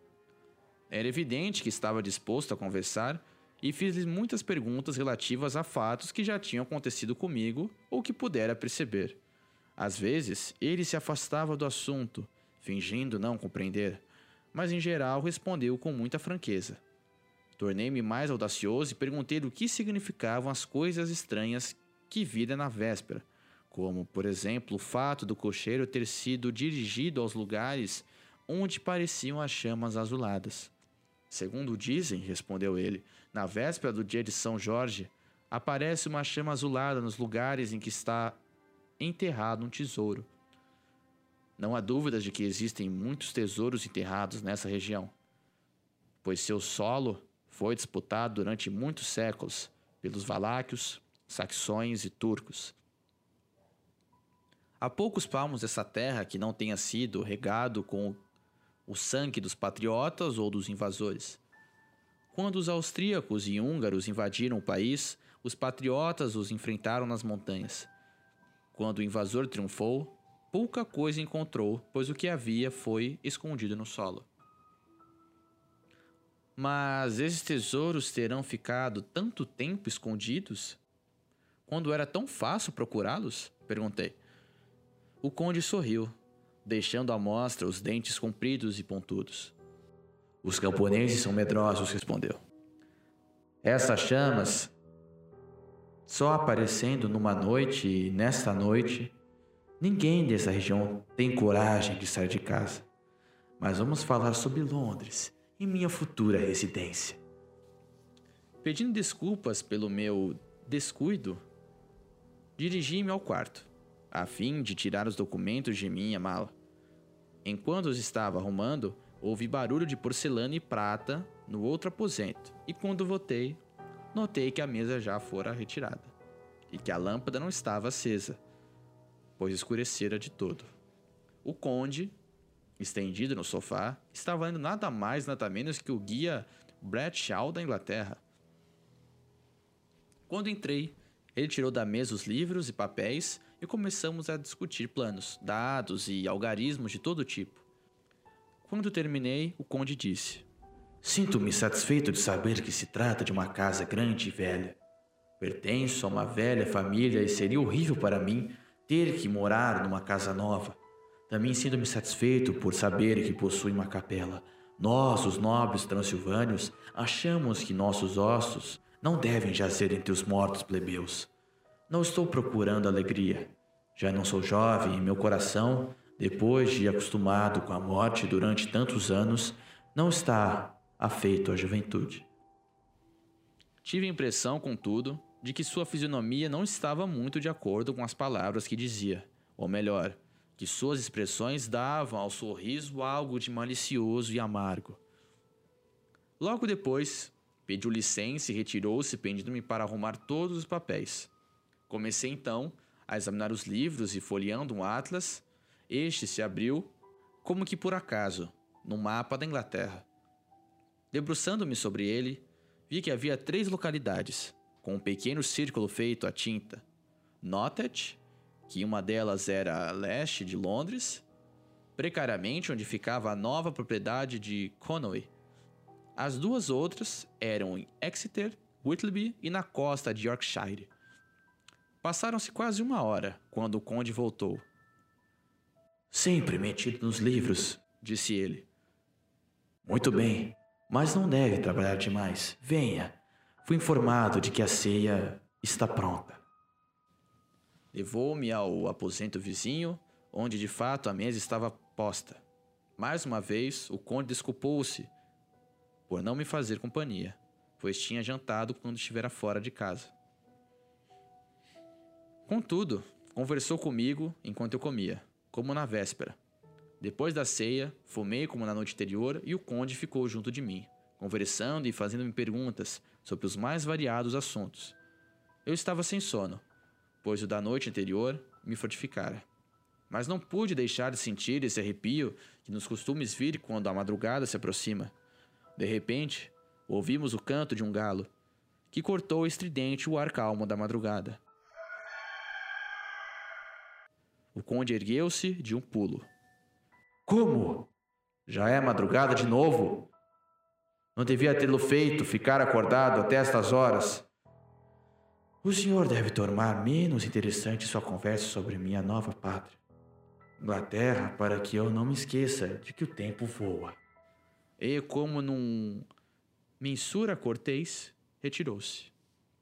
Era evidente que estava disposto a conversar e fiz-lhe muitas perguntas relativas a fatos que já tinham acontecido comigo ou que pudera perceber. Às vezes, ele se afastava do assunto, fingindo não compreender, mas em geral respondeu com muita franqueza. Tornei-me mais audacioso e perguntei o que significavam as coisas estranhas que vira na véspera, como, por exemplo, o fato do cocheiro ter sido dirigido aos lugares onde pareciam as chamas azuladas. Segundo dizem, respondeu ele, na véspera do dia de São Jorge, aparece uma chama azulada nos lugares em que está enterrado um tesouro. Não há dúvidas de que existem muitos tesouros enterrados nessa região, pois seu solo foi disputado durante muitos séculos pelos valáquios, saxões e turcos. Há poucos palmos dessa terra que não tenha sido regado com o sangue dos patriotas ou dos invasores. Quando os austríacos e húngaros invadiram o país, os patriotas os enfrentaram nas montanhas. Quando o invasor triunfou, pouca coisa encontrou, pois o que havia foi escondido no solo. Mas esses tesouros terão ficado tanto tempo escondidos? Quando era tão fácil procurá-los? Perguntei. O conde sorriu, deixando à mostra os dentes compridos e pontudos. Os camponeses são medrosos, respondeu. Essas chamas só aparecendo numa noite e nesta noite, ninguém dessa região tem coragem de sair de casa. Mas vamos falar sobre Londres e minha futura residência. Pedindo desculpas pelo meu descuido, dirigi-me ao quarto, a fim de tirar os documentos de minha mala. Enquanto os estava arrumando, ouvi barulho de porcelana e prata no outro aposento, e quando voltei, notei que a mesa já fora retirada, e que a lâmpada não estava acesa, pois escurecera de todo. O conde, estendido no sofá, estava lendo nada mais nada menos que o guia Bradshaw da Inglaterra. Quando entrei, ele tirou da mesa os livros e papéis e começamos a discutir planos, dados e algarismos de todo tipo. Quando terminei, o conde disse: Sinto-me satisfeito de saber que se trata de uma casa grande e velha. Pertenço a uma velha família e seria horrível para mim ter que morar numa casa nova. Também sinto-me satisfeito por saber que possui uma capela. Nós, os nobres transilvânios, achamos que nossos ossos não devem jazer entre os mortos plebeus. Não estou procurando alegria. Já não sou jovem e meu coração, depois de acostumado com a morte durante tantos anos, não está afeito à juventude. Tive a impressão, contudo, de que sua fisionomia não estava muito de acordo com as palavras que dizia, ou melhor, que suas expressões davam ao sorriso algo de malicioso e amargo. Logo depois, pediu licença e retirou-se, pedindo-me para arrumar todos os papéis. Comecei então a examinar os livros e, folheando um atlas, este se abriu, como que por acaso, no mapa da Inglaterra. Debruçando-me sobre ele, vi que havia 3 localidades, com um pequeno círculo feito à tinta. Nottage, que uma delas era a leste de Londres, precariamente onde ficava a nova propriedade de Conway. As 2 outras eram em Exeter, Whitby e na costa de Yorkshire. Passaram-se quase 1 hora quando o conde voltou. Sempre metido nos livros, Disse ele. Muito bem, mas não deve trabalhar demais. Venha. Fui informado de que a ceia está pronta. Levou-me ao aposento vizinho, onde de fato a mesa estava posta. Mais uma vez, o conde desculpou-se por não me fazer companhia, pois tinha jantado quando estivera fora de casa. Contudo, conversou comigo enquanto eu comia, como na véspera. Depois da ceia, fumei como na noite anterior e o conde ficou junto de mim, conversando e fazendo-me perguntas sobre os mais variados assuntos. Eu estava sem sono, pois o da noite anterior me fortificara. Mas não pude deixar de sentir esse arrepio que nos costumes vir quando a madrugada se aproxima. De repente, ouvimos o canto de um galo, que cortou estridente o ar calmo da madrugada. O conde ergueu-se de um pulo. Como? Já é madrugada de novo? Não devia tê-lo feito ficar acordado até estas horas. O senhor deve tornar menos interessante sua conversa sobre minha nova pátria, Inglaterra, para que eu não me esqueça de que o tempo voa. E, como num mensura cortês, retirou-se.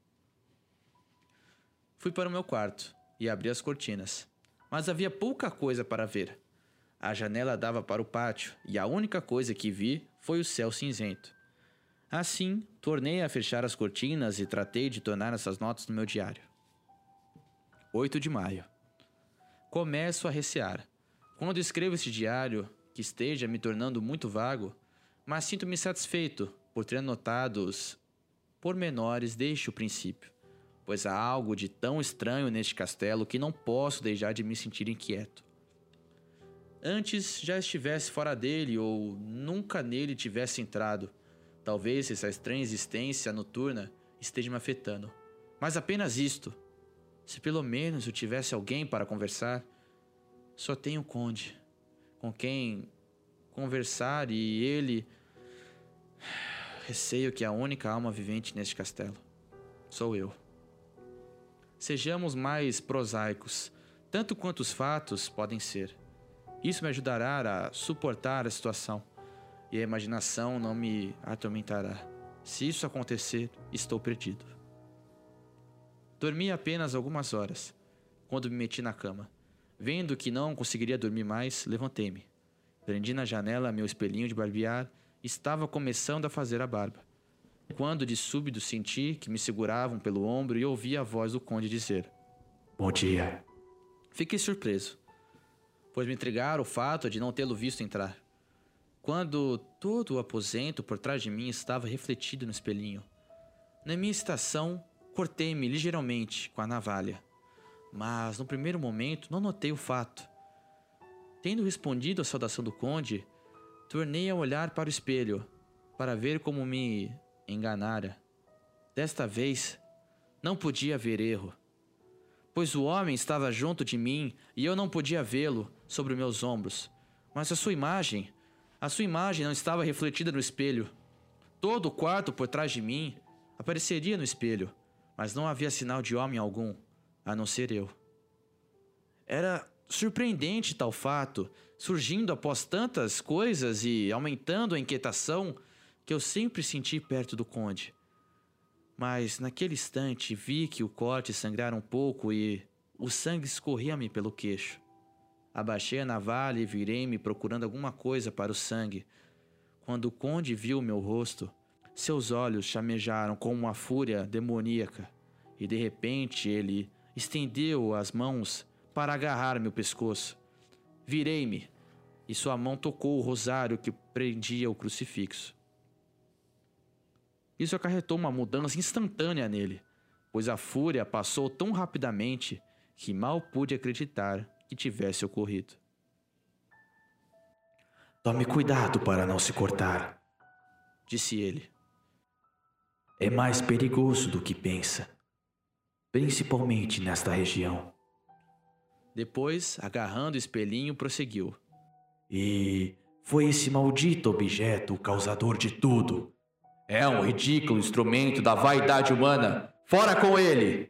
Fui para o meu quarto e abri as cortinas, mas havia pouca coisa para ver. A janela dava para o pátio e a única coisa que vi foi o céu cinzento. Assim, tornei a fechar as cortinas e tratei de tornar essas notas no meu diário. 8 de maio. Começo a recear. Quando escrevo esse diário, que esteja me tornando muito vago, mas sinto-me satisfeito por ter anotado os pormenores desde o princípio, pois há algo de tão estranho neste castelo que não posso deixar de me sentir inquieto. Antes já estivesse fora dele ou nunca nele tivesse entrado, talvez essa estranha existência noturna esteja me afetando. Mas apenas isto. Se pelo menos eu tivesse alguém para conversar, só tenho o conde, com quem conversar e ele... Receio que a única alma vivente neste castelo sou eu. Sejamos mais prosaicos, tanto quanto os fatos podem ser. Isso me ajudará a suportar a situação e a imaginação não me atormentará. Se isso acontecer, estou perdido. Dormi apenas algumas horas, quando me meti na cama. Vendo que não conseguiria dormir mais, levantei-me. Prendi na janela meu espelhinho de barbear e estava começando a fazer a barba, quando de súbito senti que me seguravam pelo ombro e ouvi a voz do conde dizer: Bom dia. Fiquei surpreso, pois me intrigara o fato de não tê-lo visto entrar. Quando todo o aposento por trás de mim estava refletido no espelhinho. Na minha excitação, cortei-me ligeiramente com a navalha, mas no primeiro momento não notei o fato. Tendo respondido à saudação do conde, tornei a olhar para o espelho, para ver como me enganara. Desta vez, não podia haver erro, pois o homem estava junto de mim e eu não podia vê-lo sobre meus ombros. Mas a sua imagem não estava refletida no espelho. Todo o quarto por trás de mim apareceria no espelho, mas não havia sinal de homem algum, a não ser eu. Era surpreendente tal fato, surgindo após tantas coisas e aumentando a inquietação que eu sempre senti perto do conde. Mas naquele instante vi que o corte sangrara um pouco e o sangue escorria-me pelo queixo. Abaixei a navalha e virei-me procurando alguma coisa para o sangue. Quando o conde viu meu rosto, seus olhos chamejaram com uma fúria demoníaca e de repente ele estendeu as mãos para agarrar meu pescoço. Virei-me e sua mão tocou o rosário que prendia o crucifixo. Isso acarretou uma mudança instantânea nele, pois a fúria passou tão rapidamente que mal pude acreditar que tivesse ocorrido. Tome cuidado para não se cortar. disse ele. É mais perigoso do que pensa, principalmente nesta região. Depois, agarrando o espelhinho, prosseguiu. E foi esse maldito objeto o causador de tudo. É um ridículo instrumento da vaidade humana. Fora com ele!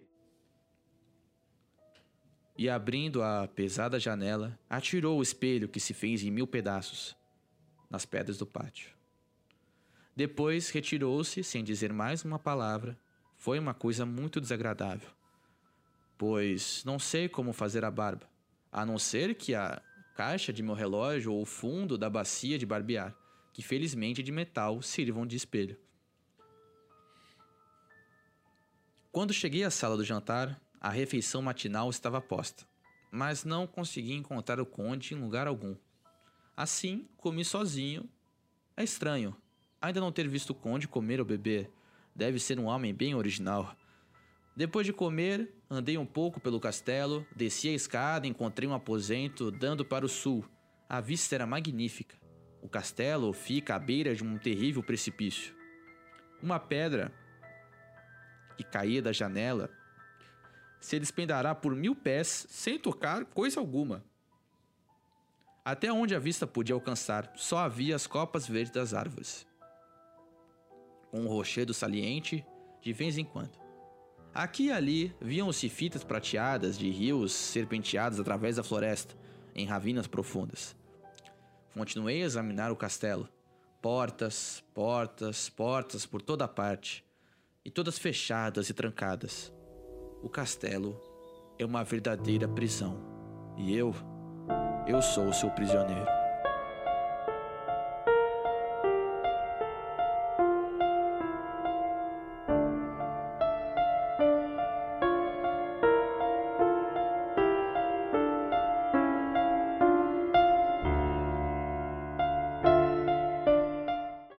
E abrindo a pesada janela, atirou o espelho que se fez em 1000 pedaços nas pedras do pátio. Depois retirou-se sem dizer mais uma palavra. Foi uma coisa muito desagradável, pois não sei como fazer a barba, a não ser que a caixa de meu relógio ou o fundo da bacia de barbear, que felizmente de metal, sirvam de espelho. Quando cheguei à sala do jantar, a refeição matinal estava posta, mas não consegui encontrar o conde em lugar algum. Assim, comi sozinho. É estranho, ainda não ter visto o conde comer ou beber. Deve ser um homem bem original. Depois de comer, andei um pouco pelo castelo, desci a escada e encontrei um aposento dando para o sul. A vista era magnífica. O castelo fica à beira de um terrível precipício. Uma pedra que caía da janela se despendará por 1000 pés sem tocar coisa alguma. Até onde a vista podia alcançar, só havia as copas verdes das árvores, com um rochedo saliente de vez em quando. Aqui e ali viam-se fitas prateadas de rios serpenteados através da floresta, em ravinas profundas. Continuei a examinar o castelo. Portas, portas, portas por toda a parte, e todas fechadas e trancadas. O castelo é uma verdadeira prisão, e eu sou o seu prisioneiro.